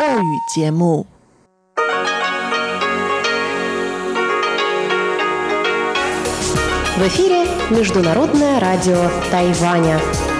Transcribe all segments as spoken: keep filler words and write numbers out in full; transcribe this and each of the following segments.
俄语节目。В эфире Международное радио Тайваня.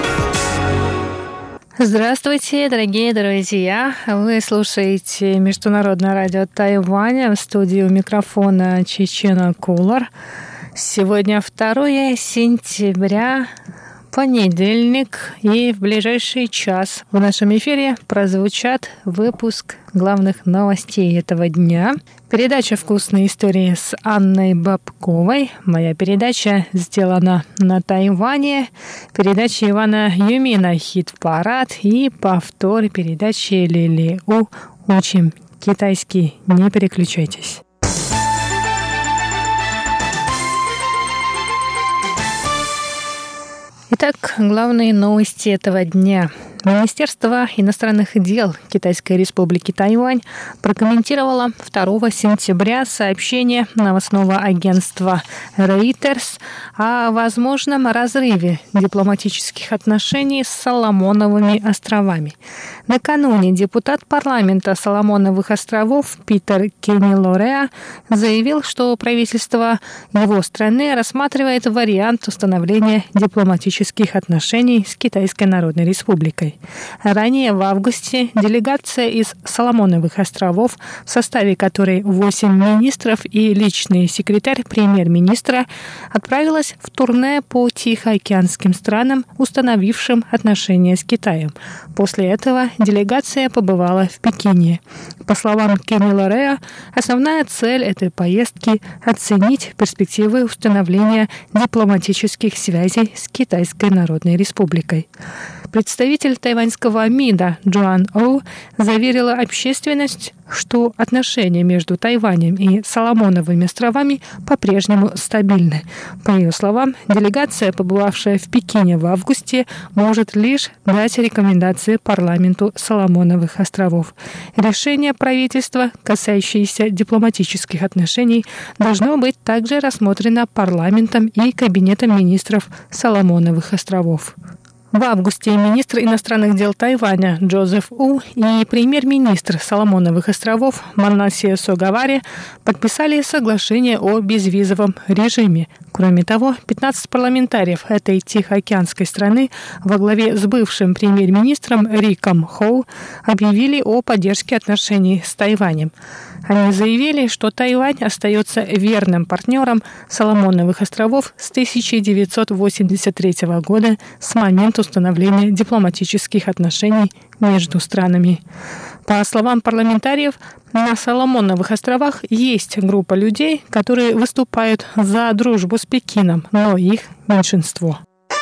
Здравствуйте, дорогие друзья! Вы слушаете Международное радио Тайваня, в студии у микрофона Чечена Кулар. Сегодня второе сентября, понедельник, и в ближайший час в нашем эфире прозвучат выпуск главных новостей этого дня. Передача «Вкусные истории» с Анной Бабковой. Моя передача сделана на Тайване. Передача Ивана Юмина «Хит-парад» и повтор передачи Лили У «Учим китайский». Не переключайтесь. Итак, главные новости этого дня. Министерство иностранных дел Китайской Республики Тайвань прокомментировало второго сентября сообщение новостного агентства Reuters о возможном разрыве дипломатических отношений с Соломоновыми островами. Накануне депутат парламента Соломоновых островов Питер Кенни-Лореа заявил, что правительство его страны рассматривает вариант установления дипломатических отношений с Китайской Народной Республикой. Ранее в августе делегация из Соломоновых островов, в составе которой восемь министров и личный секретарь премьер-министра, отправилась в турне по Тихоокеанским странам, установившим отношения с Китаем. После этого делегация побывала в Пекине. По словам Кенни-Лореа, основная цель этой поездки – оценить перспективы установления дипломатических связей с Китайской Народной Республикой. Представитель тайваньского МИДа Джоан Оу заверила общественность, что отношения между Тайванем и Соломоновыми островами по-прежнему стабильны. По ее словам, делегация, побывавшая в Пекине в августе, может лишь дать рекомендации парламенту Соломоновых островов. Решение правительства, касающееся дипломатических отношений, должно быть также рассмотрено парламентом и кабинетом министров Соломоновых островов. В августе министр иностранных дел Тайваня Джозеф У и премьер-министр Соломоновых островов Манасия Согавари подписали соглашение о безвизовом режиме. Кроме того, пятнадцать парламентариев этой тихоокеанской страны во главе с бывшим премьер-министром Риком Хоу объявили о поддержке отношений с Тайванем. Они заявили, что Тайвань остается верным партнером Соломоновых островов с тысяча девятьсот восемьдесят третьего года, с момента установления дипломатических отношений между странами. По словам парламентариев, на Соломоновых островах есть группа людей, которые выступают за дружбу с Пекином, но их меньшинство.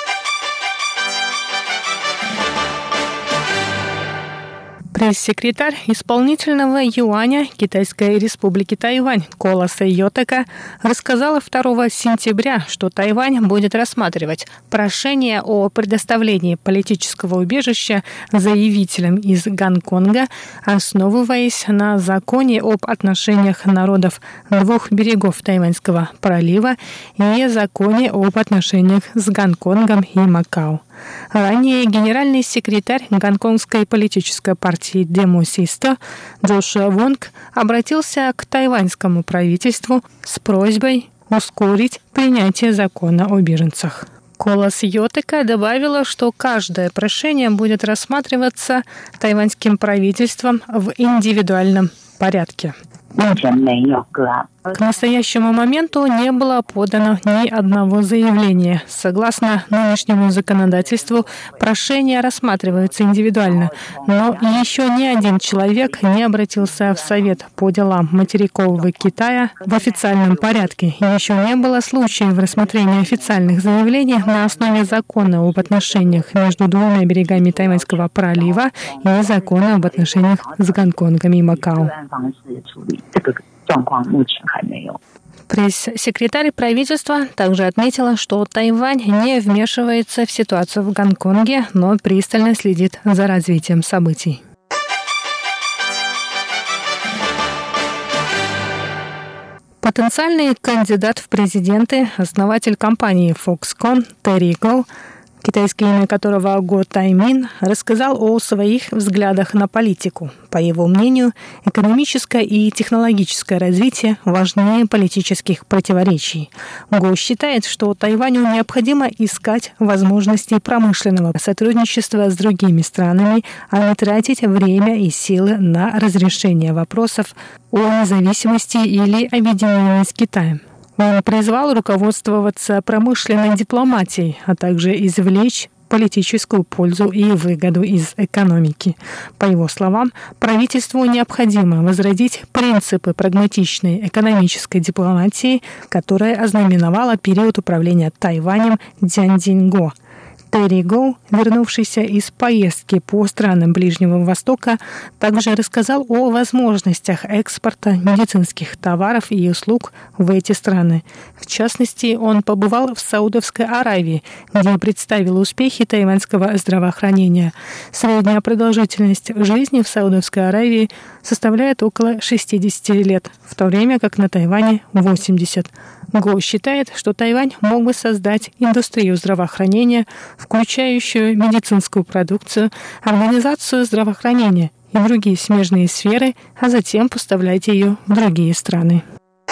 Пресс-секретарь исполнительного юаня Китайской Республики Тайвань Кола Сайотека рассказала второго сентября, что Тайвань будет рассматривать прошение о предоставлении политического убежища заявителям из Гонконга, основываясь на законе об отношениях народов двух берегов Тайваньского пролива и законе об отношениях с Гонконгом и Макао. Ранее генеральный секретарь гонконгской политической партии Демосисто Джошуа Вонг обратился к тайваньскому правительству с просьбой ускорить принятие закона о беженцах. Кола Сайотека добавила, что каждое прошение будет рассматриваться тайваньским правительством в индивидуальном порядке. К настоящему моменту не было подано ни одного заявления. Согласно нынешнему законодательству, прошения рассматриваются индивидуально, но еще ни один человек не обратился в Совет по делам материкового Китая в официальном порядке. И еще не было случаев рассмотрения официальных заявлений на основе закона об отношениях между двумя берегами Тайваньского пролива и закона об отношениях с Гонконгом и Макао. Пресс-секретарь правительства также отметила, что Тайвань не вмешивается в ситуацию в Гонконге, но пристально следит за развитием событий. Потенциальный кандидат в президенты, основатель компании Foxconn Терри Го, китайское имя которого Го Таймин, рассказал о своих взглядах на политику. По его мнению, экономическое и технологическое развитие важнее политических противоречий. Го считает, что Тайваню необходимо искать возможности промышленного сотрудничества с другими странами, а не тратить время и силы на разрешение вопросов о независимости или объединении с Китаем. Он призвал руководствоваться промышленной дипломатией, а также извлечь политическую пользу и выгоду из экономики. По его словам, правительству необходимо возродить принципы прагматичной экономической дипломатии, которая ознаменовала период управления Тайванем Цзян Цзиньго. Терри Го, вернувшийся из поездки по странам Ближнего Востока, также рассказал о возможностях экспорта медицинских товаров и услуг в эти страны. В частности, он побывал в Саудовской Аравии, где представил успехи тайваньского здравоохранения. Средняя продолжительность жизни в Саудовской Аравии составляет около шестьдесят лет, в то время как на Тайване восемьдесят. Го считает, что Тайвань мог бы создать индустрию здравоохранения, включающую медицинскую продукцию, организацию здравоохранения и другие смежные сферы, а затем поставлять ее в другие страны.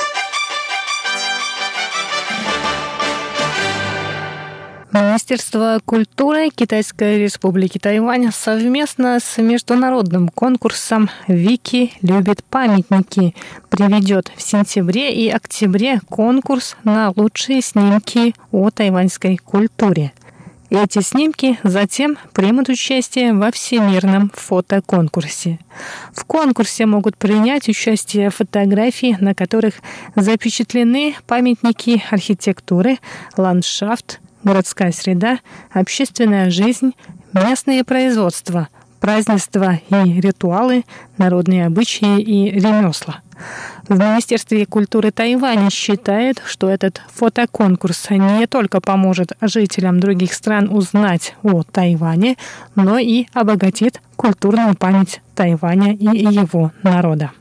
Министерство культуры Китайской Республики Тайвань совместно с международным конкурсом «Вики любит памятники» проведет в сентябре и октябре конкурс на лучшие снимки о тайваньской культуре. Эти снимки затем примут участие во всемирном фотоконкурсе. В конкурсе могут принять участие фотографии, на которых запечатлены памятники архитектуры, ландшафт, городская среда, общественная жизнь, местные производства, празднества и ритуалы, народные обычаи и ремесла. В Министерстве культуры Тайваня считают, что этот фотоконкурс не только поможет жителям других стран узнать о Тайване, но и обогатит культурную память Тайваня и его народа.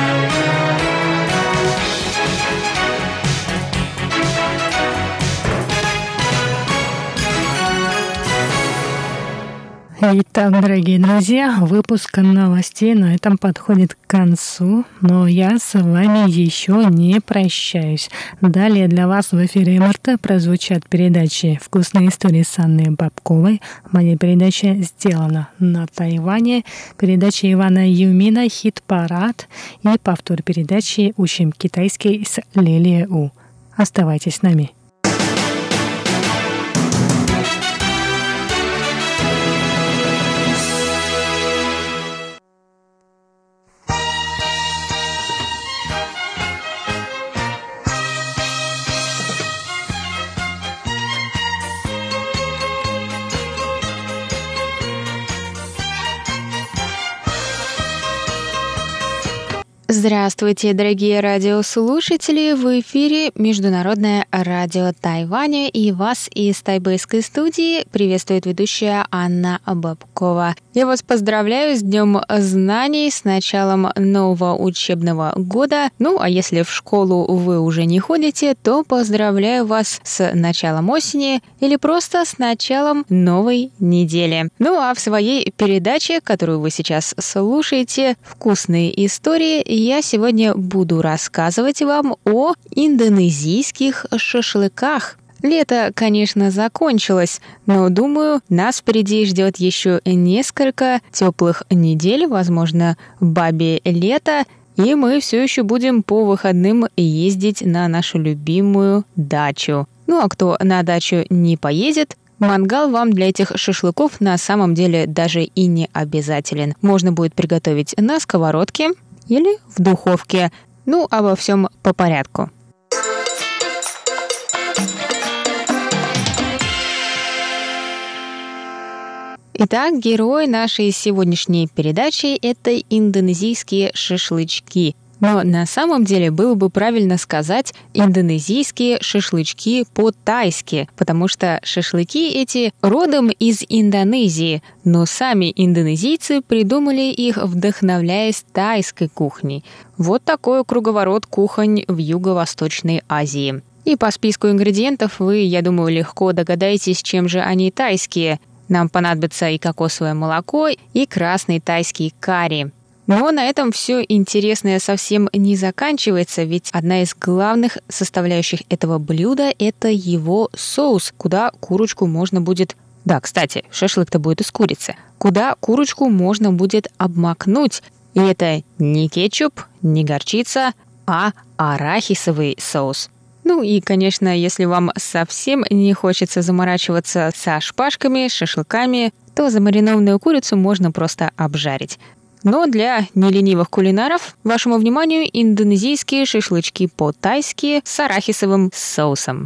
Итак, дорогие друзья, выпуск новостей на этом подходит к концу, но я с вами еще не прощаюсь. Далее для вас в эфире эм эр тэ прозвучат передачи «Вкусные истории» с Анной Бабковой. Моя передача сделана на Тайване, передача Ивана Юмина «Хит-парад» и повтор передачи «Учим китайский» с Лилией У. Оставайтесь с нами. Здравствуйте, дорогие радиослушатели! В эфире Международное радио Тайваня, и вас из тайбэйской студии приветствует ведущая Анна Бабкова. Я вас поздравляю с Днем знаний, с началом нового учебного года. Ну, а если в школу вы уже не ходите, то поздравляю вас с началом осени или просто с началом новой недели. Ну, а в своей передаче, которую вы сейчас слушаете, «Вкусные истории», я сегодня буду рассказывать вам о индонезийских шашлыках. Лето, конечно, закончилось, но, думаю, нас впереди ждет еще несколько теплых недель, возможно, бабье лето, и мы все еще будем по выходным ездить на нашу любимую дачу. Ну а кто на дачу не поедет, мангал вам для этих шашлыков на самом деле даже и не обязателен. Можно будет приготовить на сковородке или в духовке. Ну, обо всем по порядку. Итак, герой нашей сегодняшней передачи – это индонезийские шашлычки. Но на самом деле было бы правильно сказать индонезийские шашлычки по-тайски, потому что шашлыки эти родом из Индонезии, но сами индонезийцы придумали их, вдохновляясь тайской кухней. Вот такой круговорот кухонь в Юго-Восточной Азии. И по списку ингредиентов вы, я думаю, легко догадаетесь, чем же они тайские. Нам понадобится и кокосовое молоко, и красный тайский карри. Но на этом все интересное совсем не заканчивается, ведь одна из главных составляющих этого блюда – это его соус, куда курочку можно будет… Да, кстати, шашлык-то будет из курицы. Куда курочку можно будет обмакнуть. И это не кетчуп, не горчица, а арахисовый соус. Ну и, конечно, если вам совсем не хочется заморачиваться со шпажками, шашлыками, то замаринованную курицу можно просто обжарить. Но для неленивых кулинаров вашему вниманию индонезийские шашлычки по-тайски с арахисовым соусом.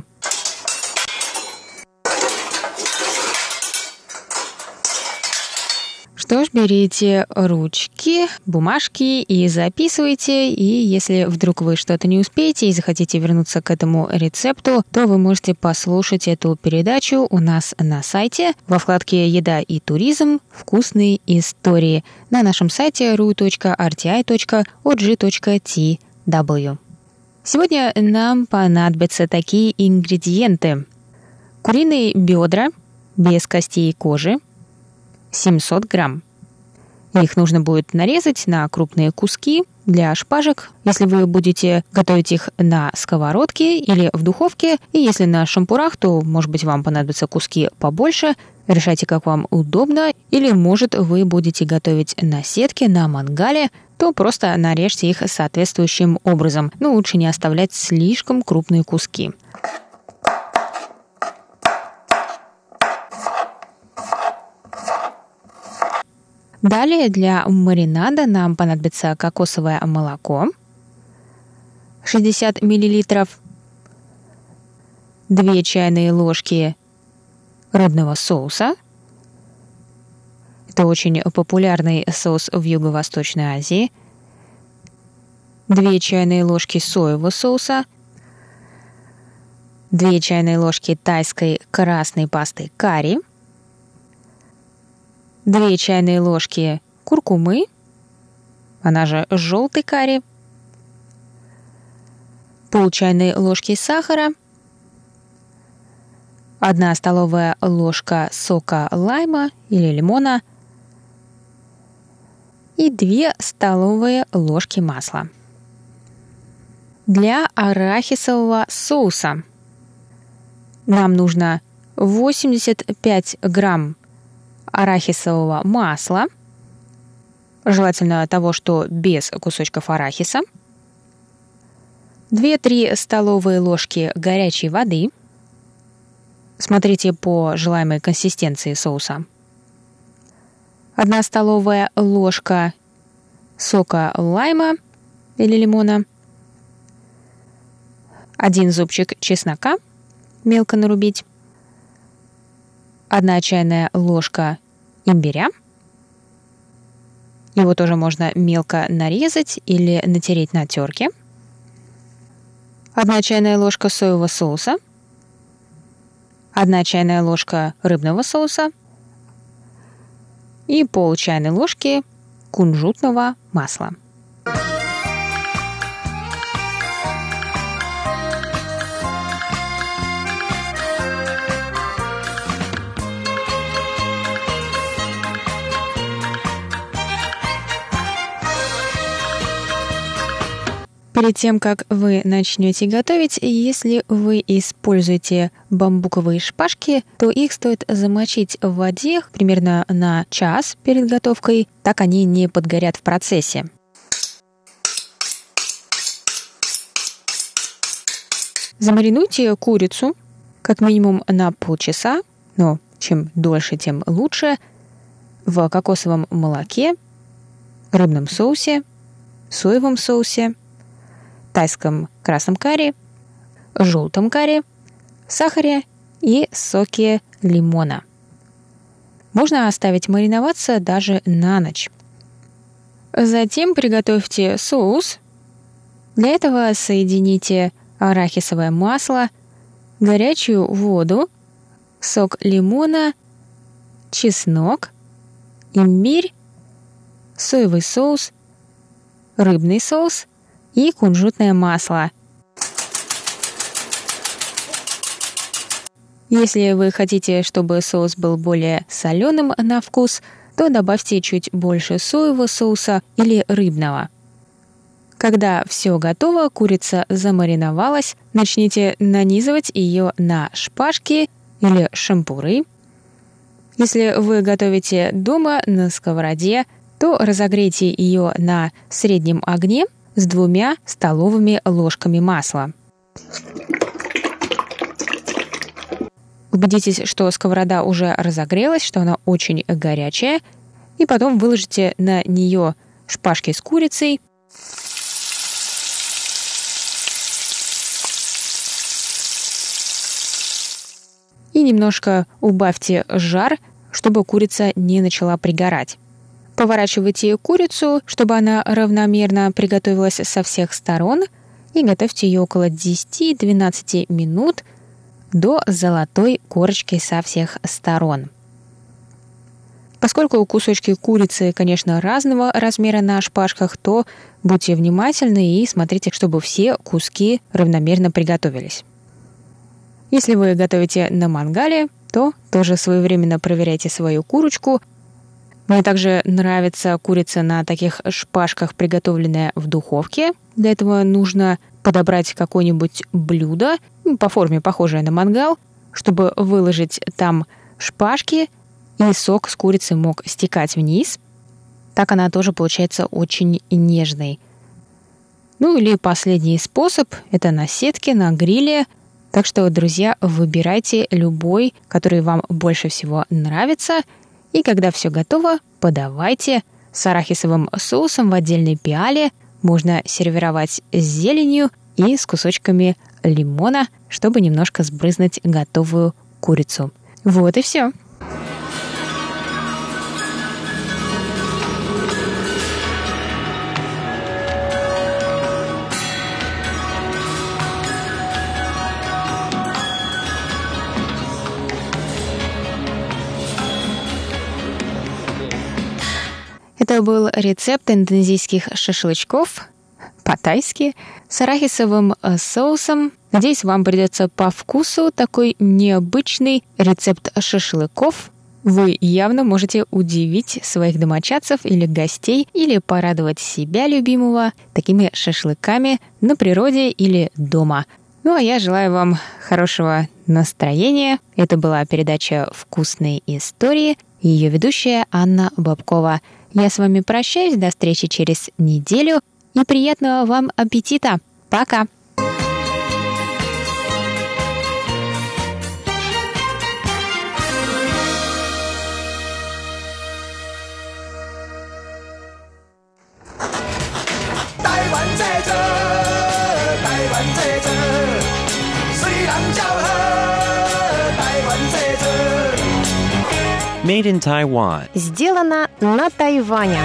Что ж, берите ручки, бумажки и записывайте. И если вдруг вы что-то не успеете и захотите вернуться к этому рецепту, то вы можете послушать эту передачу у нас на сайте во вкладке «Еда и туризм. Вкусные истории» на нашем сайте ru точка эр ти ай точка о джи точка ти дабл ю. Сегодня нам понадобятся такие ингредиенты. Куриные бедра без костей и кожи, семьсот грамм. Их нужно будет нарезать на крупные куски для шпажек, если вы будете готовить их на сковородке или в духовке. И если на шампурах, то, может быть, вам понадобятся куски побольше. Решайте, как вам удобно. Или, может, вы будете готовить на сетке, на мангале, то просто нарежьте их соответствующим образом. Но лучше не оставлять слишком крупные куски. Далее для маринада нам понадобится кокосовое молоко, шестьдесят миллилитров, две чайные ложки рыбного соуса. Это очень популярный соус в Юго-Восточной Азии. две чайные ложки соевого соуса, две чайные ложки тайской красной пасты карри, две чайные ложки куркумы, она же желтый карри, пол чайной ложки сахара, одна столовая ложка сока лайма или лимона и две столовые ложки масла. Для арахисового соуса нам нужно восемьдесят пять грамм арахисового масла, желательно того, что без кусочков арахиса, две-три столовые ложки горячей воды, смотрите по желаемой консистенции соуса, одна столовая ложка сока лайма или лимона, один зубчик чеснока мелко нарубить, одна чайная ложка имбиря. Его тоже можно мелко нарезать или натереть на терке. Одна чайная ложка соевого соуса. Одна чайная ложка рыбного соуса. И пол чайной ложки кунжутного масла. Перед тем, как вы начнете готовить, если вы используете бамбуковые шпажки, то их стоит замочить в воде примерно на час перед готовкой, так они не подгорят в процессе. Замаринуйте курицу как минимум на полчаса, но чем дольше, тем лучше, в кокосовом молоке, рыбном соусе, соевом соусе, тайском красном карри, желтом карри, сахаре и соке лимона. Можно оставить мариноваться даже на ночь. Затем приготовьте соус. Для этого соедините арахисовое масло, горячую воду, сок лимона, чеснок, имбирь, соевый соус, рыбный соус и кунжутное масло. Если вы хотите, чтобы соус был более соленым на вкус, то добавьте чуть больше соевого соуса или рыбного. Когда все готово, курица замариновалась, начните нанизывать ее на шпажки или шампуры. Если вы готовите дома на сковороде, то разогрейте ее на среднем огне с двумя столовыми ложками масла. Убедитесь, что сковорода уже разогрелась, что она очень горячая, и потом выложите на нее шпажки с курицей. И немножко убавьте жар, чтобы курица не начала пригорать. Поворачивайте курицу, чтобы она равномерно приготовилась со всех сторон, и готовьте ее около десять-двенадцать минут до золотой корочки со всех сторон. Поскольку кусочки курицы, конечно, разного размера на шпажках, то будьте внимательны и смотрите, чтобы все куски равномерно приготовились. Если вы готовите на мангале, то тоже своевременно проверяйте свою курочку. Мне также нравится курица на таких шпажках, приготовленная в духовке. Для этого нужно подобрать какое-нибудь блюдо, по форме похожее на мангал, чтобы выложить там шпажки, и сок с курицы мог стекать вниз. Так она тоже получается очень нежной. Ну или последний способ – это на сетке, на гриле. Так что, друзья, выбирайте любой, который вам больше всего нравится. И когда все готово, подавайте с арахисовым соусом в отдельной пиале. Можно сервировать с зеленью и с кусочками лимона, чтобы немножко сбрызнуть готовую курицу. Вот и все. Это был рецепт индонезийских шашлычков по-тайски с арахисовым соусом. Надеюсь, вам придется по вкусу такой необычный рецепт шашлыков. Вы явно можете удивить своих домочадцев или гостей, или порадовать себя любимого такими шашлыками на природе или дома. Ну а я желаю вам хорошего настроения. Это была передача «Вкусные истории». Ее ведущая Анна Бабкова. Я с вами прощаюсь, до встречи через неделю и приятного вам аппетита. Пока! Made in Taiwan. Сделано на Тайване.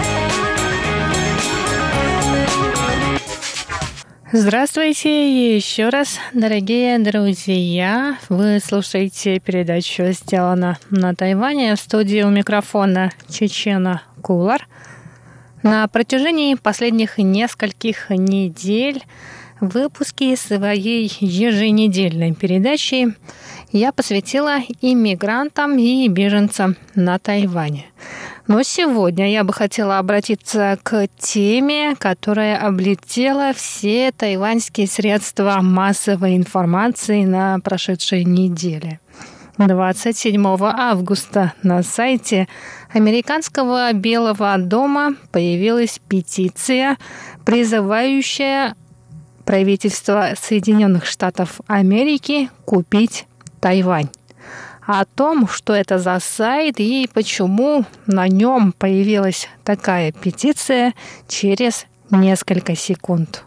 Здравствуйте еще раз, дорогие друзья. Вы слушаете передачу «Сделано на Тайване». В студии у микрофона Чечена Кулар. На протяжении последних нескольких недель в выпуске своей еженедельной передачи я посвятила иммигрантам и беженцам на Тайване. Но сегодня я бы хотела обратиться к теме, которая облетела все тайваньские средства массовой информации на прошедшей неделе. двадцать седьмого августа на сайте американского Белого дома появилась петиция, призывающая правительство Соединенных Штатов Америки купить Тайвань. О том, что это за сайт и почему на нем появилась такая петиция, через несколько секунд.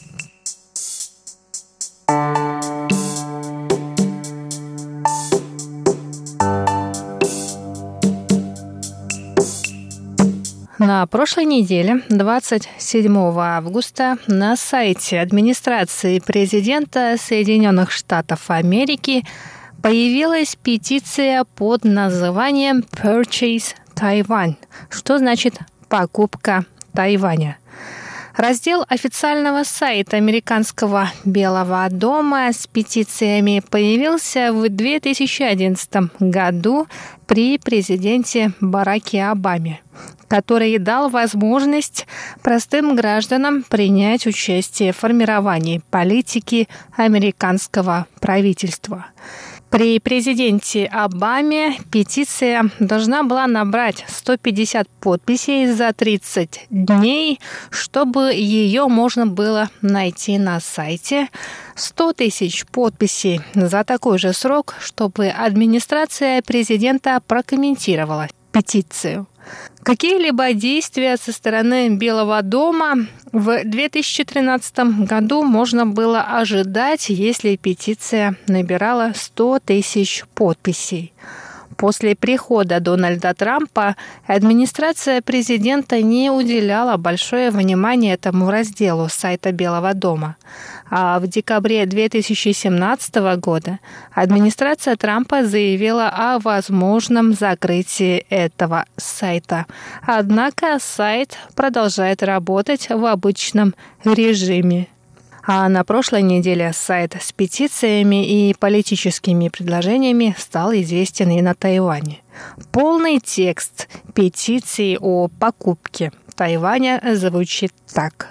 На прошлой неделе, двадцать седьмого августа, на сайте администрации президента Соединенных Штатов Америки появилась петиция под названием «Purchase Taiwan», что значит «покупка Тайваня». Раздел официального сайта американского Белого дома с петициями появился в две тысячи одиннадцатом году при президенте Бараке Обаме, который дал возможность простым гражданам принять участие в формировании политики американского правительства. При президенте Обаме петиция должна была набрать сто пятьдесят подписей за тридцать дней, чтобы ее можно было найти на сайте. сто тысяч подписей за такой же срок, чтобы администрация президента прокомментировала петицию. Какие-либо действия со стороны Белого дома в две тысячи тринадцатом году можно было ожидать, если петиция набирала сто тысяч подписей. После прихода Дональда Трампа администрация президента не уделяла большое внимание этому разделу сайта Белого дома. А в декабре две тысячи семнадцатого года администрация Трампа заявила о возможном закрытии этого сайта. Однако сайт продолжает работать в обычном режиме. А на прошлой неделе сайт с петициями и политическими предложениями стал известен и на Тайване. Полный текст петиции о покупке Тайваня звучит так.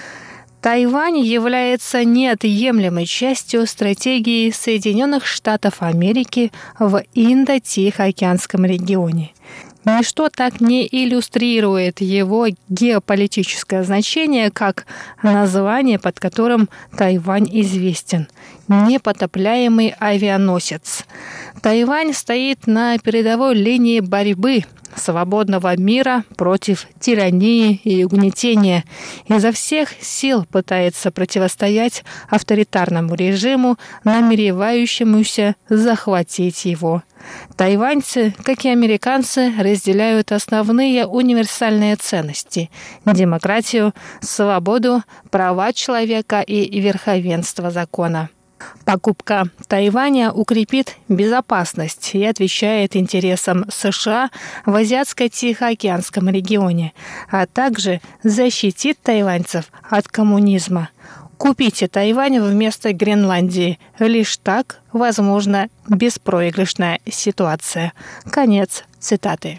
Тайвань является неотъемлемой частью стратегии Соединенных Штатов Америки в Индо-Тихоокеанском регионе. Ничто так не иллюстрирует его геополитическое значение, как название, под которым Тайвань известен – непотопляемый авианосец. Тайвань стоит на передовой линии борьбы свободного мира против тирании и угнетения. Изо всех сил пытается противостоять авторитарному режиму, намеревающемуся захватить его. Тайваньцы, как и американцы, разделяют основные универсальные ценности – демократию, свободу, права человека и верховенство закона. Покупка Тайваня укрепит безопасность и отвечает интересам США в Азиатско-Тихоокеанском регионе, а также защитит тайваньцев от коммунизма. Купите Тайвань вместо Гренландии. Лишь так возможна беспроигрышная ситуация. Конец цитаты.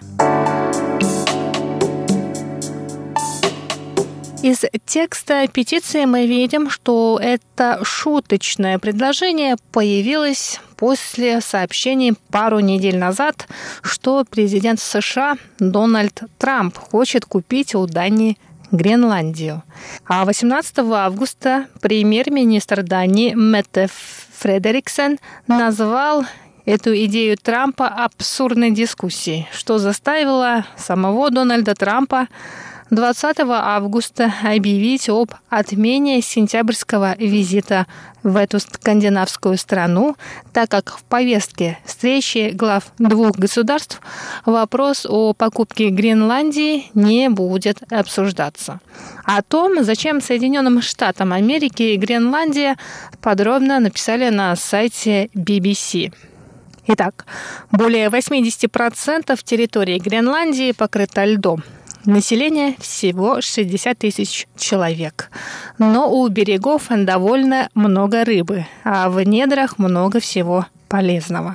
Из текста петиции мы видим, что это шуточное предложение появилось после сообщений пару недель назад, что президент США Дональд Трамп хочет купить у Дании Гренландию. А восемнадцатого августа премьер-министр Дании Метте Фредериксен назвал эту идею Трампа абсурдной дискуссией, что заставило самого Дональда Трампа двадцатого августа объявить об отмене сентябрьского визита в эту скандинавскую страну, так как в повестке встречи глав двух государств вопрос о покупке Гренландии не будет обсуждаться. О том, зачем Соединенным Штатам Америки Гренландия, подробно написали на сайте би би си. Итак, более восемьдесят процентов территории Гренландии покрыто льдом. Население всего шестьдесят тысяч человек. Но у берегов довольно много рыбы, а в недрах много всего полезного.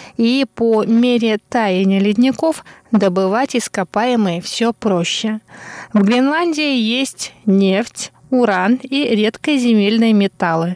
И по мере таяния ледников добывать ископаемые все проще. В Гренландии есть нефть, уран и редкоземельные металлы.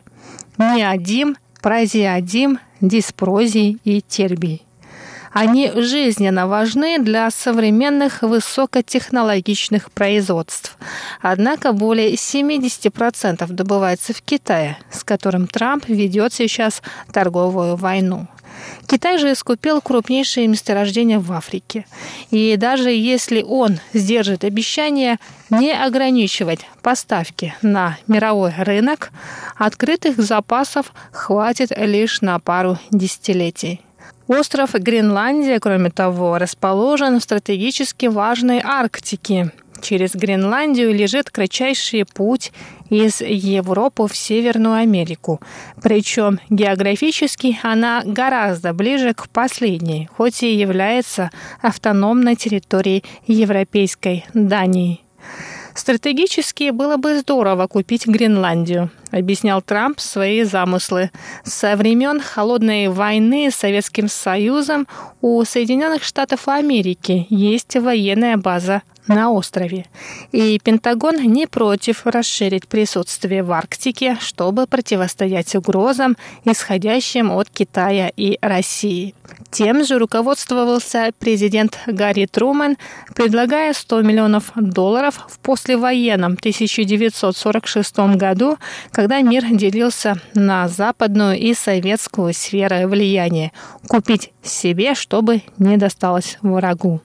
Неодим, празеодим, диспрозий и тербий. Они жизненно важны для современных высокотехнологичных производств. Однако более семьдесят процентов добывается в Китае, с которым Трамп ведет сейчас торговую войну. Китай же скупил крупнейшие месторождения в Африке. И даже если он сдержит обещание не ограничивать поставки на мировой рынок, открытых запасов хватит лишь на пару десятилетий. Остров Гренландия, кроме того, расположен в стратегически важной Арктике. Через Гренландию лежит кратчайший путь из Европы в Северную Америку. Причем географически она гораздо ближе к последней, хоть и является автономной территорией европейской Дании. Стратегически было бы здорово купить Гренландию, объяснял Трамп свои замыслы. Со времен Холодной войны с Советским Союзом у Соединенных Штатов Америки есть военная база на острове. И Пентагон не против расширить присутствие в Арктике, чтобы противостоять угрозам, исходящим от Китая и России. Тем же руководствовался президент Гарри Трумэн, предлагая сто миллионов долларов в послевоенном тысяча девятьсот сорок шестом году, когда мир делился на западную и советскую сферы влияния, купить себе, чтобы не досталось врагу.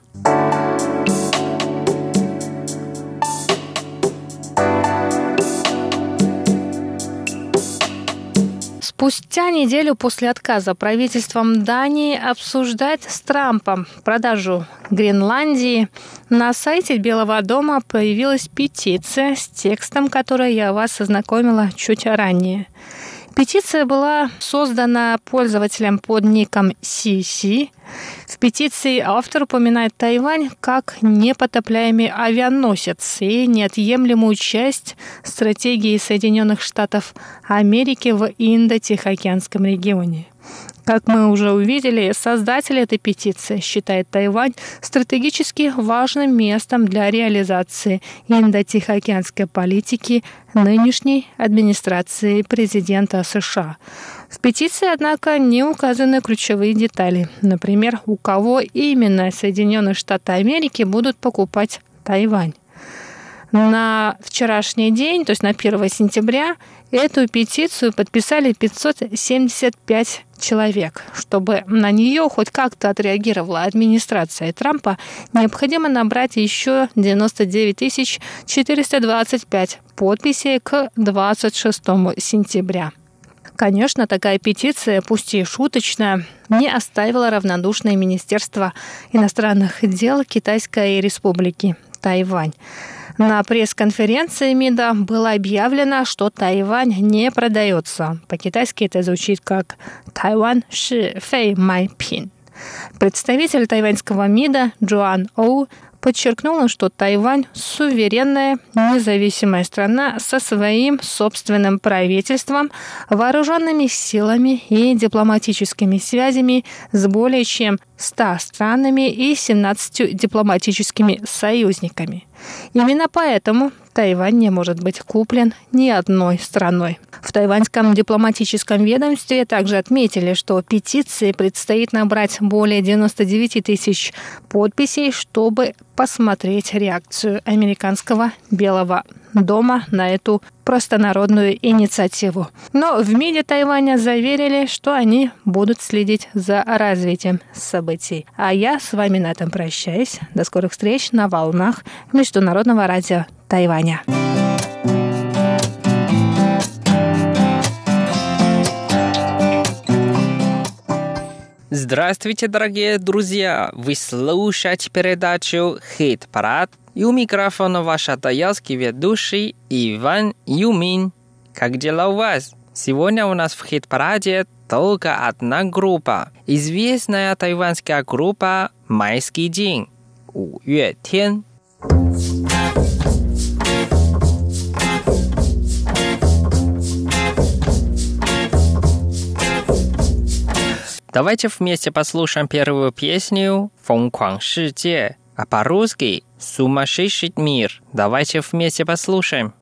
Спустя неделю после отказа правительством Дании обсуждать с Трампом продажу Гренландии, на сайте Белого дома появилась петиция с текстом, который я вас ознакомила чуть ранее. Петиция была создана пользователем под ником си си. В петиции автор упоминает Тайвань как непотопляемый авианосец и неотъемлемую часть стратегии Соединенных Штатов Америки в Индо-Тихоокеанском регионе. Как мы уже увидели, создатель этой петиции считает Тайвань стратегически важным местом для реализации индо-тихоокеанской политики нынешней администрации президента США. В петиции, однако, не указаны ключевые детали. Например, у кого именно Соединенные Штаты Америки будут покупать Тайвань. На вчерашний день, то есть на первое сентября, эту петицию подписали пятьсот семьдесят пять человек. Чтобы на нее хоть как-то отреагировала администрация Трампа, необходимо набрать еще девяносто девять тысяч четыреста двадцать пять подписей к двадцать шестому сентября. Конечно, такая петиция, пусть и шуточная, не оставила равнодушное Министерство иностранных дел Китайской Республики Тайвань. На пресс-конференции МИДа было объявлено, что Тайвань не продается. По-китайски это звучит как «Тайвань ши фэй май пин». Представитель тайваньского МИДа Джоан Оу подчеркнула, что Тайвань – суверенная, независимая страна со своим собственным правительством, вооруженными силами и дипломатическими связями с более чем ста странами и семнадцатью дипломатическими союзниками. Именно поэтому Тайвань не может быть куплен ни одной страной. В тайваньском дипломатическом ведомстве также отметили, что петиции предстоит набрать более девяноста девяти тысяч подписей, чтобы посмотреть реакцию американского Белого дома на эту простонародную инициативу. Но в МИДе Тайваня заверили, что они будут следить за развитием событий. А я с вами на этом прощаюсь. До скорых встреч на волнах Международного радио Тайваня. Здравствуйте, дорогие друзья! Вы слушаете передачу «Хит-парад», и у микрофона ваш тайский ведущий Иван Юмин. Как дела у вас? Сегодня у нас в «Хит-параде» только одна группа. Известная тайванская группа «Майский день» – «Wu Yue Tian». Давайте вместе послушаем первую песню «Фэн Куан Ши Jie», а по-русски «Сумасшедший мир». Давайте вместе послушаем.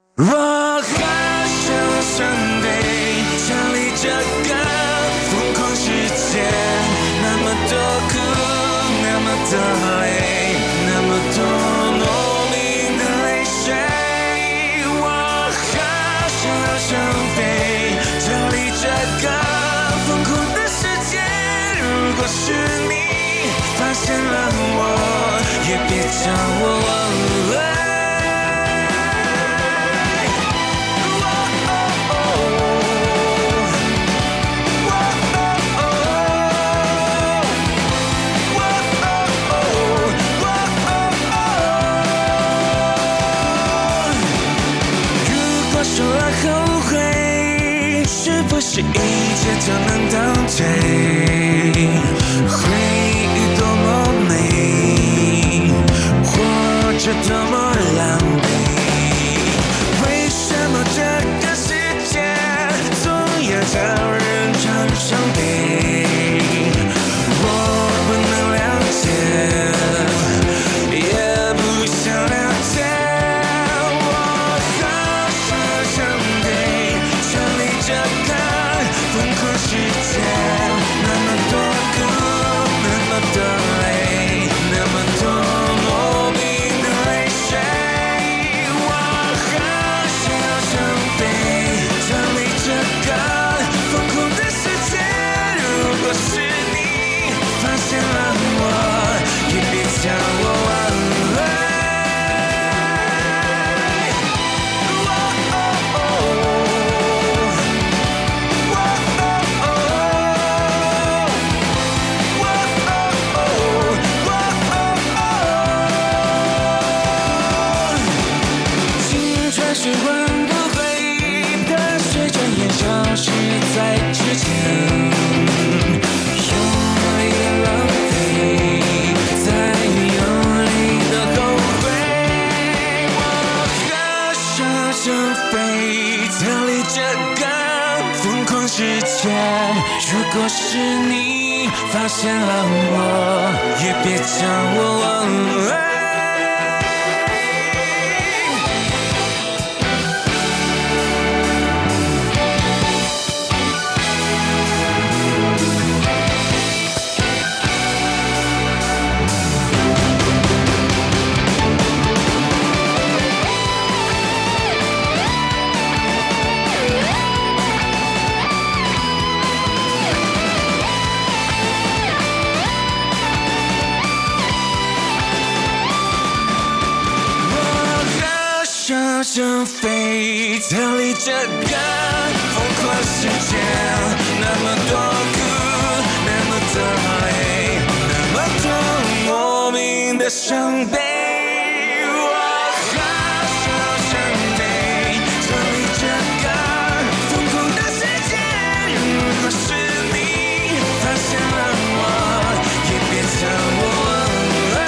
是一切都能倒退，回忆多么美，活着多么狼狈。 飞，逃离这个疯狂世界。如果是你发现了我，也别将我忘了。想飞，逃离这个疯狂世界，那么多苦，那么多累，那么多莫名的伤悲。我好想飞，逃离这个疯狂的世界。如果是你发现了我，也别将我忘了。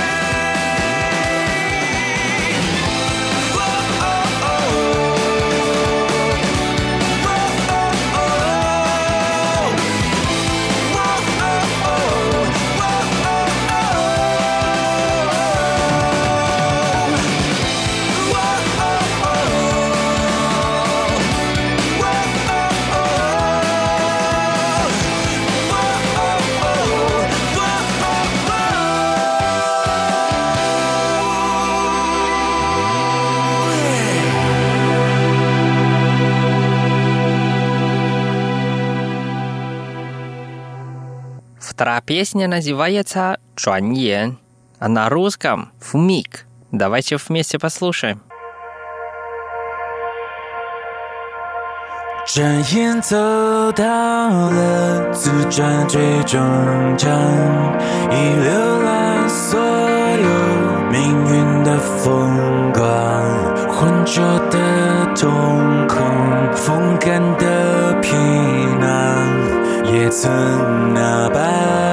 Вторая песня называется «Чуаньен», а на русском «Вмиг». Давайте вместе послушаем. 转眼走到了自转最终站，已浏览所有命运的风光，浑浊的瞳孔，风干的皮囊，也曾那般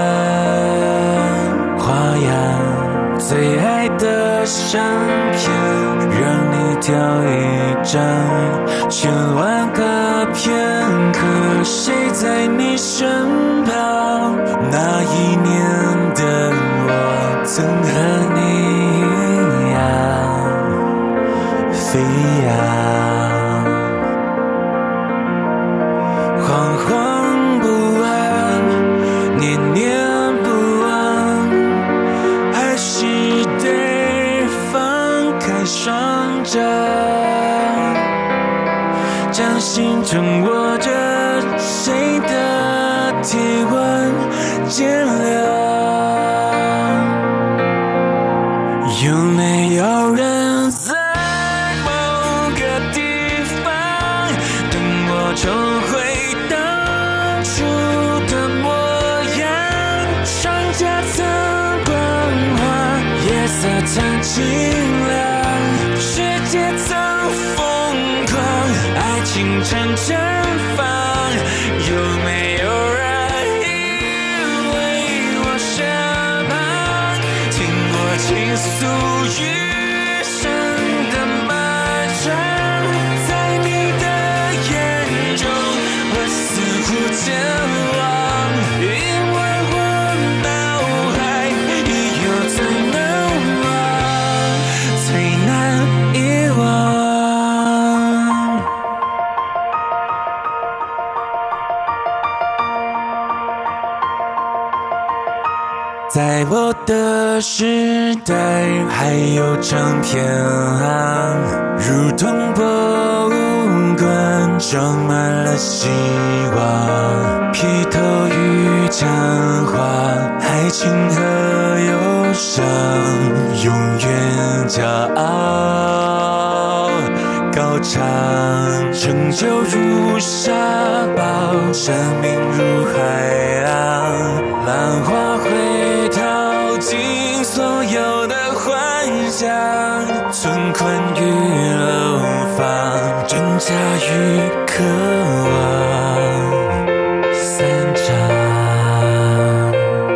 花样。最爱的相片，让你挑一张，千万个片刻，谁在你身旁？那一年的我，曾和你一样飞扬，惶惶不安，念念不忘，还是得放开双掌，掌心正握着谁的体温减凉。有没有人在某个地方等我重回当初的模样？双颊曾光滑，夜色曾清凉，世界曾疯狂，爱情曾绽放。有没有人依偎我身旁，听我倾诉余生的漫长？在你的眼中，我似乎健忘，因为我脑海已有最难忘，最难遗忘。在我的时代，还有唱片行，如同博物馆，装满了希望。披头与讲话，爱情和忧伤，永远骄傲高唱。成就如沙堡，生命如海浪，浪花会淘尽所有的幻想，存款与流放，挣扎与渴望，散场。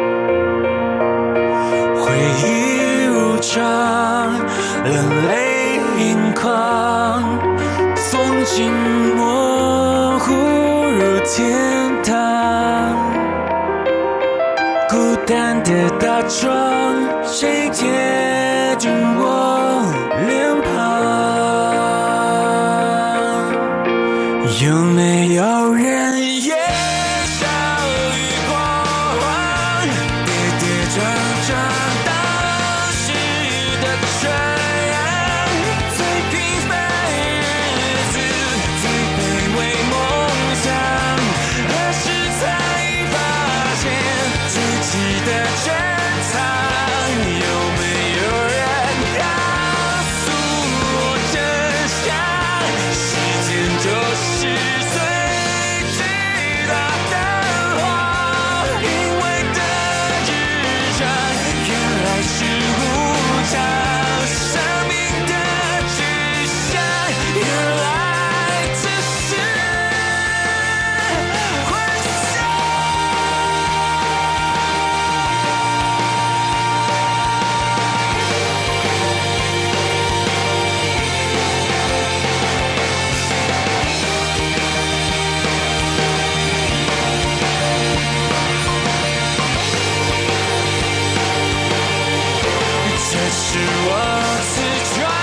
回忆如常，冷泪盈眶，风淡的大窗，谁贴近我脸庞？有没有人也笑与过往，跌跌撞撞当时的春阳，最平凡日子，最卑微梦想，何时才发现自己的珍藏？有没有人告诉我真相？时间就是最巨大的谎，因为的日常原来是无常，生命的指向原来只是幻想。这是我自传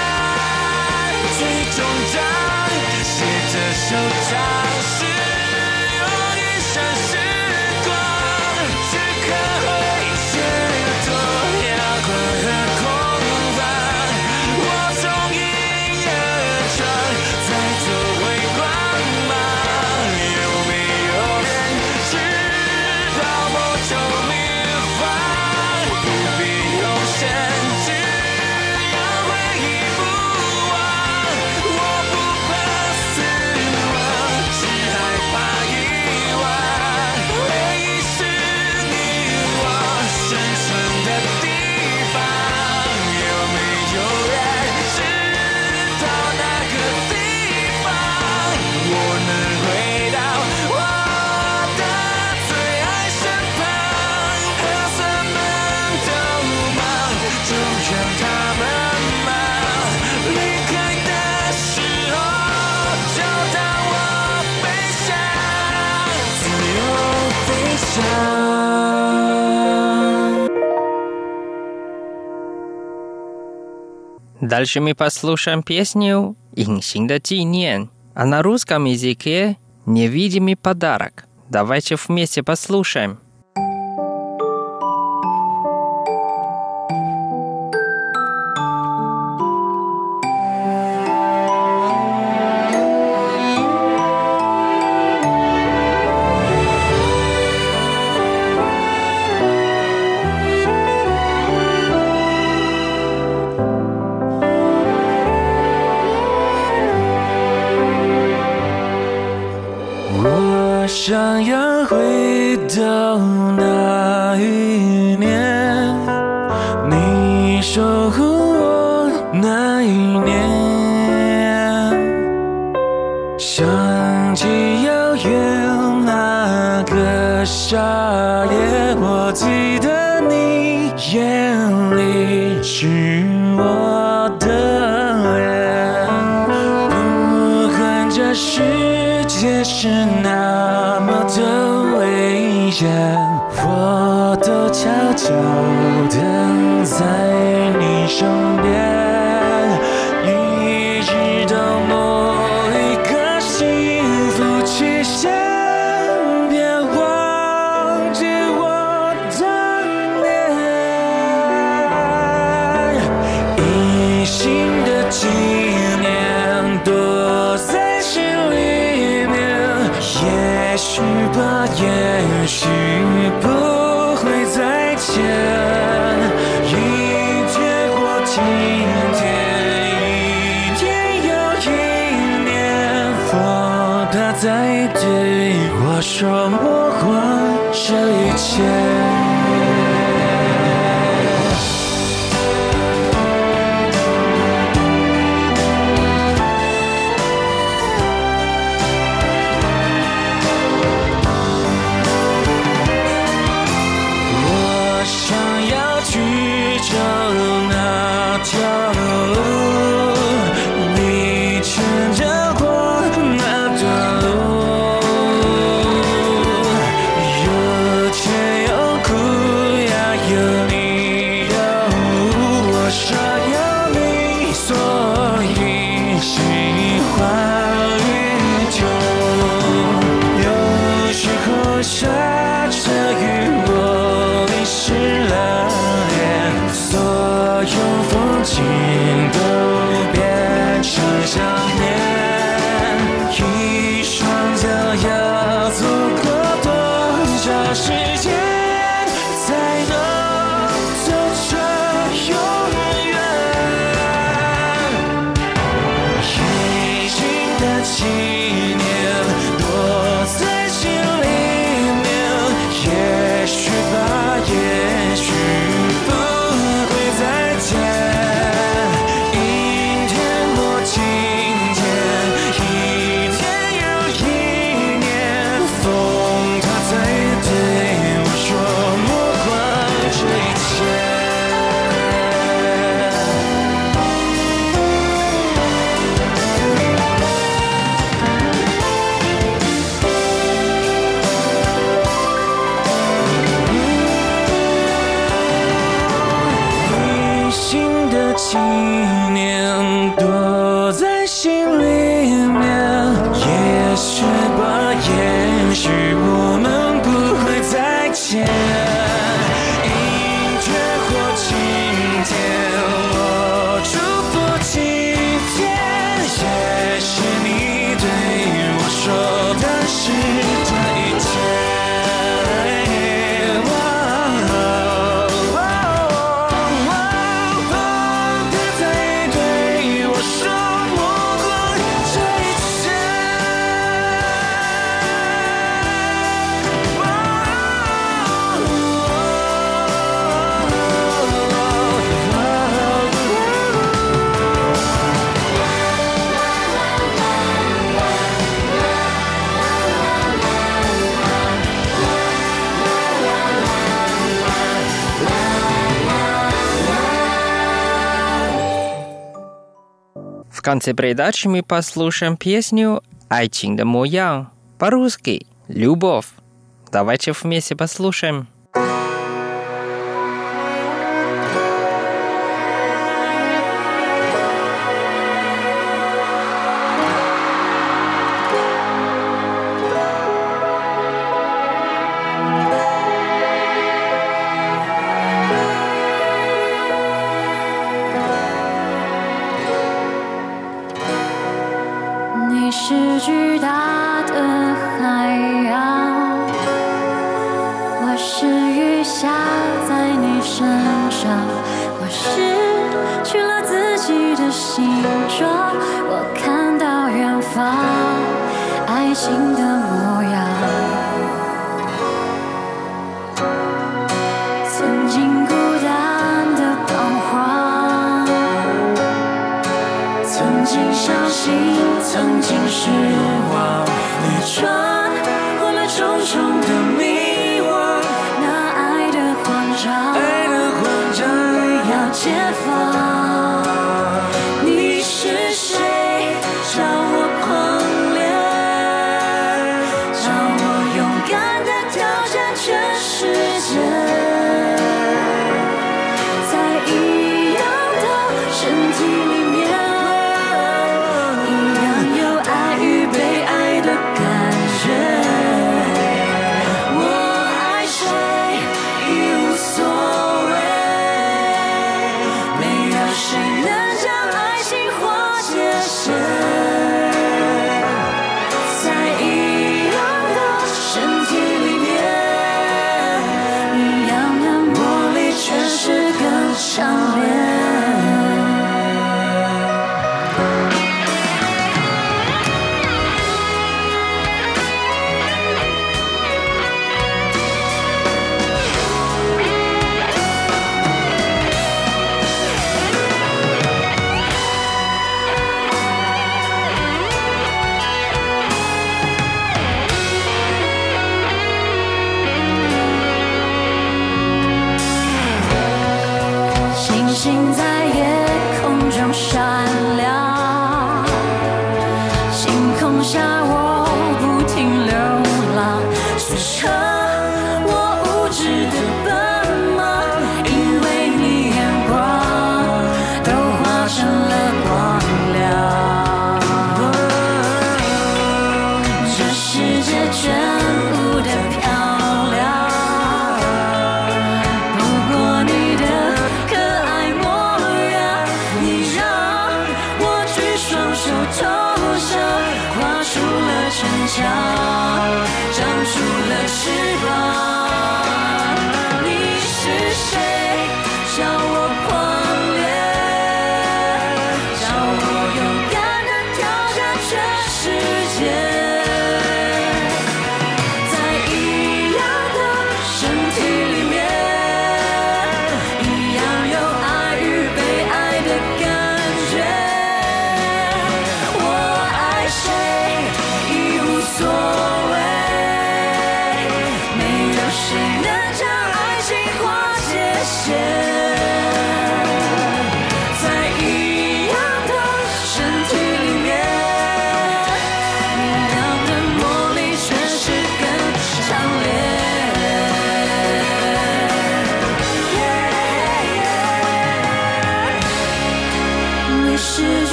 最终章，写着手掌是用一生时光，此刻会是多辽阔和空旷，我从阴而长，再走回光芒。有没有人知道某种秘方，不必用神，只要回忆不忘。我不怕死亡，只害怕遗忘。回忆是你我生存的地方。有没有人知道那个地方，我能回到我的最爱身旁？和什么都忙，就让他们忙。离开的时候，就当我飞翔，自由飞翔。 Дальше мы послушаем песню «Инсинь да Тиньен», а на русском языке «Невидимый подарок». Давайте вместе послушаем. 我想要回到那一年，你守护我那一年，想起遥远那个夏夜，我记得你眼里是我的眼，不管这世界是那么的危险，我都悄悄等在你身边，一直到某一个幸福期限，别忘记我当年一心的纪念，躲在心里面，也许吧，也许不会再见，一天过今天，一天又一年，我怕再对我说莫忘这一切。有纪念，躲在心里面。也许吧，也许不会再见。阴天或晴天，一天又一年，风它在对我说莫管这一切。纪念躲在心里面，也许吧，也许我们不会再见。阴天或晴天，我祝福今天。也许你对我说的是这一切。 В конце передачи мы послушаем песню «Айчин да моя» по-русски «Любовь». Давайте вместе послушаем. 是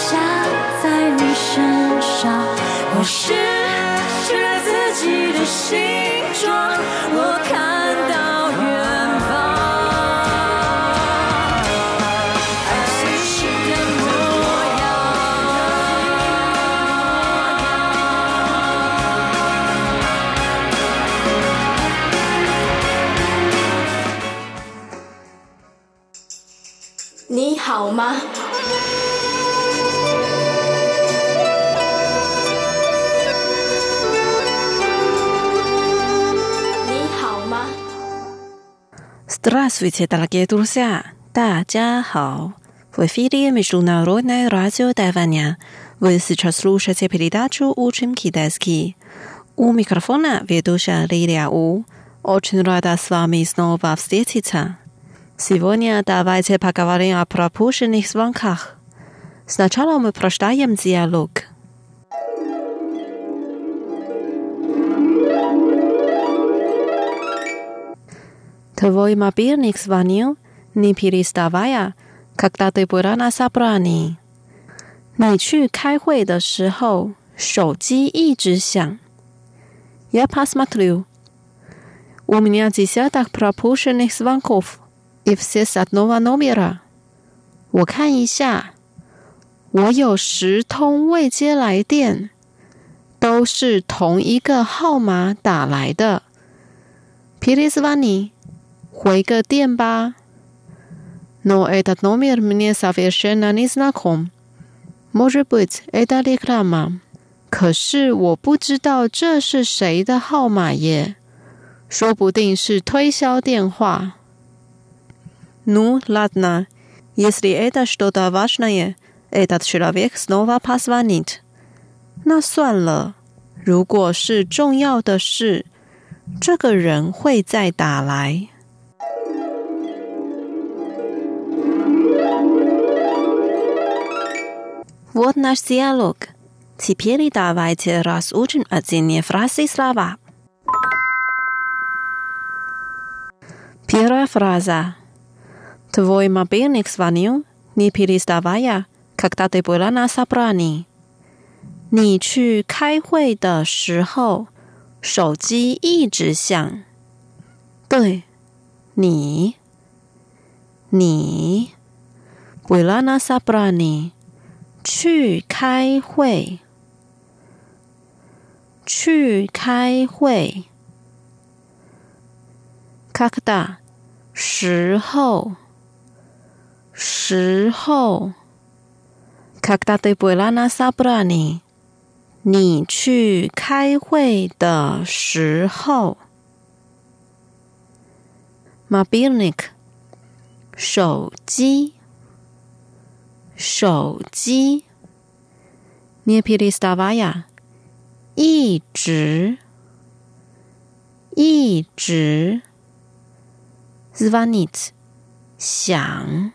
下在你身上，我失去了自己的形状，我看到远方，爱情的模样。你好吗？ Здравствуйте, дорогие друзья! 大家好! В эфире Международное радио Тайваня. Вы сейчас слушаете передачу «Учим китайский». У микрофона ведущая Лилия У. Очень рада с вами снова встретиться. Сегодня давайте поговорим о пропущенных звонках. Сначала мы прочитаем диалог. Твой мобильник звонил, не переставая, когда ты была на собрании. 你去开会的时候，手机一直响。Я посмотрю. У меня десяток пропущенных звонков, и все с одного номера. 我看一下，我有十通未接来电，都是同一个号码打来的。Перезвони. 回个电吧。Но этот номер мне совершенно не знаком. Может быть, это реклама. 可是我不知道这是谁的号码耶，说不定是推销电话。Ну, ладно. Если это что-то важное, этот человек снова позвонит. 那算了，如果是重要的事，这个人会再打来。Вот наш диалог. Теперь давайте разучим отдельные фразы и слова. Первая фраза. Твой мобильник звонил, не переставая, когда ты была на собрании. 你去开会的时候，手机一直响。对，你，你，была на собрании。去开会，去开会。Когда 时候，时候。Когда ты была на собрании 你去开会的时候。Мобильник 手机。手机 не переставая 一直一直 звонит 响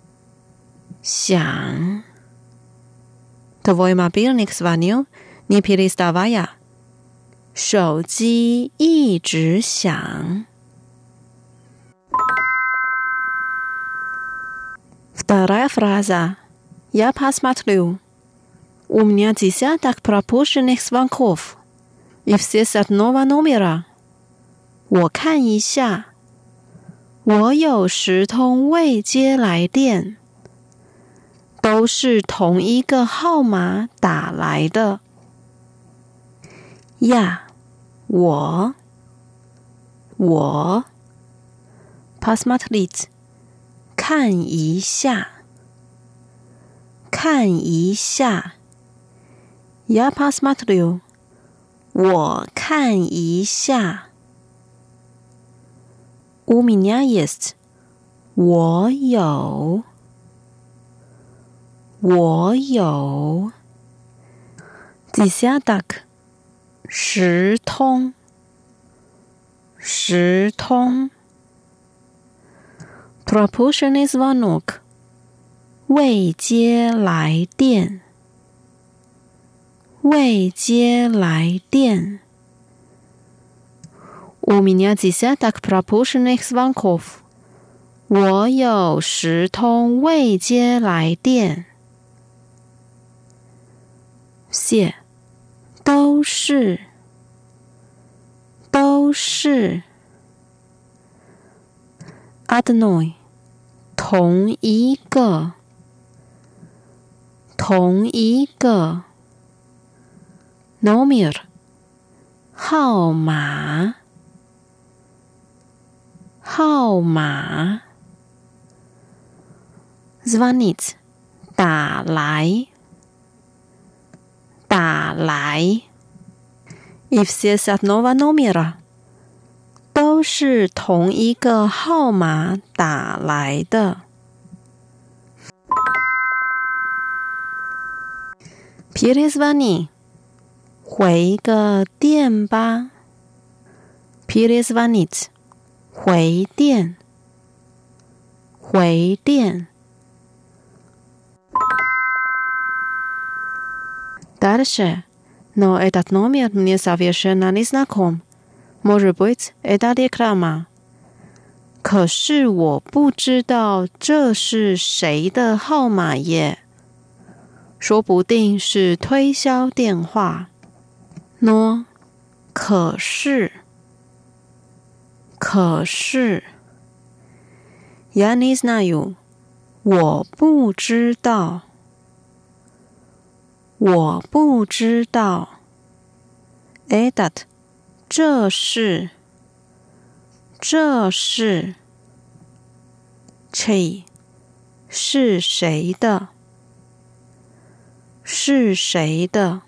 响 Твой мобильник звонил не переставая 手机一直响 Вторая фраза Я посмотрю. У меня десяток пропущенных звонков, и все с одного номера. 我看一下，我有十通未接来电，都是同一个号码打来的。呀，我，我 посмотреть 看一下。看一下 Я посмотрю 我看一下 У меня есть 我有我有 Десяток 十通十通 Пропущенный звонок未接来电，未接来电。У меня десяток пропущенных звонков. 我有十通未接来电。 все都是都是 одной 同一个同一个 номер 号码号码 звонить 打来打来 и все с одного номера 都是同一个号码打来的。перезвони 回个电吧 перезвонить 回电回电 Дальше, но этот номер мне совершенно не знаком. Может быть, это реклама. 可是我不知道这是谁的号码耶。说不定是推销电话。Но 可是可是 Я не знаю 我不知道我不知道 Этот 这是这是 Чей 是谁的是谁的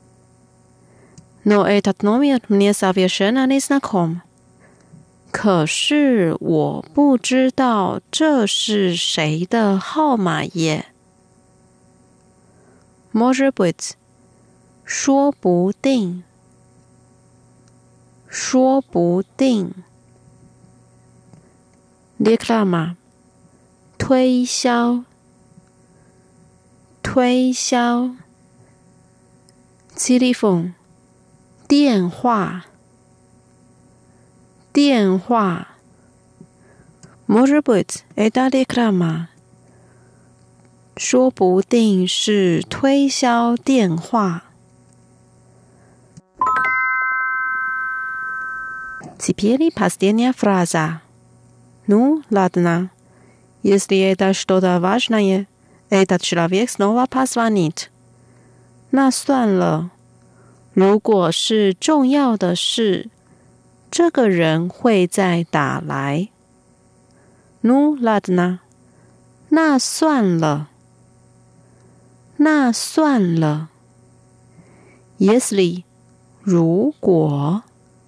Но этот номер мне совершенно не знаком 可是我不知道这是谁的号码耶。Может быть 说不定说不定 Реклама 推销推销 Телефон 电话电话 Может быть это реклама 说不定是推销电话。Теперь последняя фраза. Ну, ладно. Если это что-то важное, этот человек снова позвонит. 那算了。如果是重要的事，这个人会再打来。Ну, ладно. 那算了。那算了 Если 如果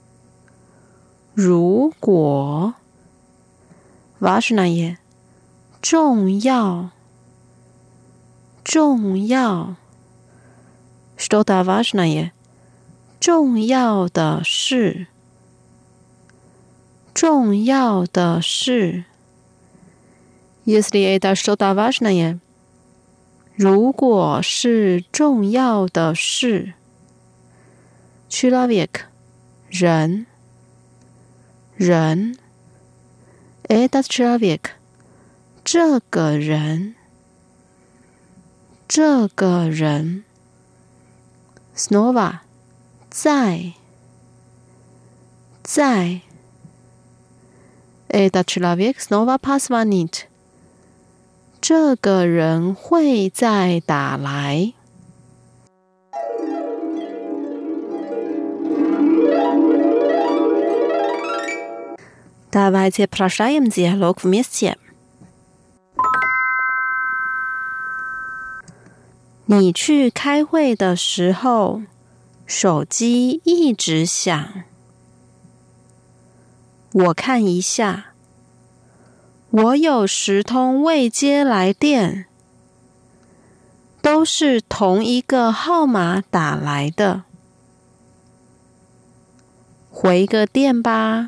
如果 Важное 重要重要 Что-то важное 重要的事重要的事 Если это что-то важное如果是重要的事 Человек 人人 Этот человек 这个人这个人 Снова 再再 Этот человек снова позвонит这个人会再打来。Давайте прочитаем диалог вместе. 你去开会的时候，手机一直响。我看一下。我有十通未接来电，都是同一个号码打来的。回个电吧。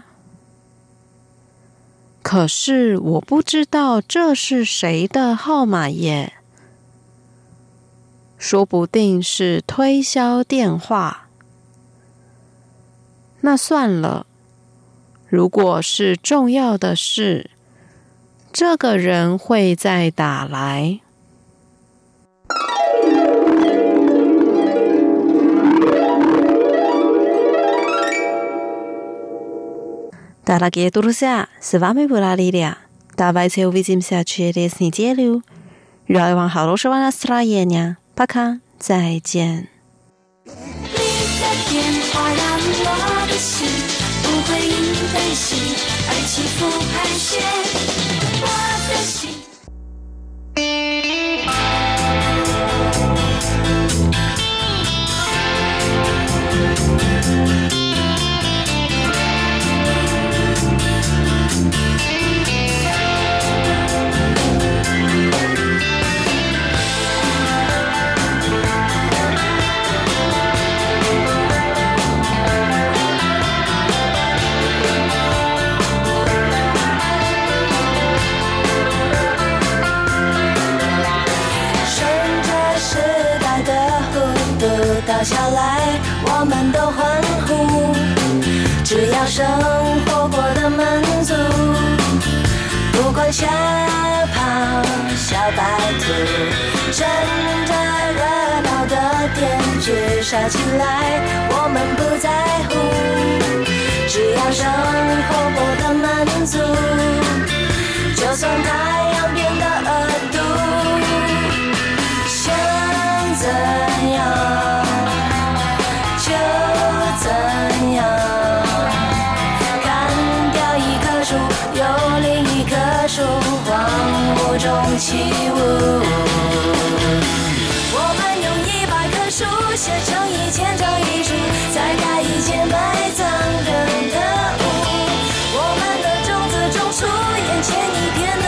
可是我不知道这是谁的号码耶。说不定是推销电话。那算了，如果是重要的事，这个人会再打来。 Дорогие друзья, с вами была Лилия. Давайте увидимся через неделю. Желаю вам хорошего настроения. Пока, 再见。 你的电话让我的心不会因悲喜而起伏盘旋，我的心。倒下来，我们都欢呼。只要生活过得满足，不管小跑小白兔，趁着热闹的天剧杀起来，我们不在乎。只要生活过得满足，就算太阳变得恶毒，想怎样就怎样，砍掉一棵树，有另一棵树，荒芜中起舞。我们用一百棵树写成一千张遗书，再盖一千埋葬人的屋。我们的种子种出眼前一片的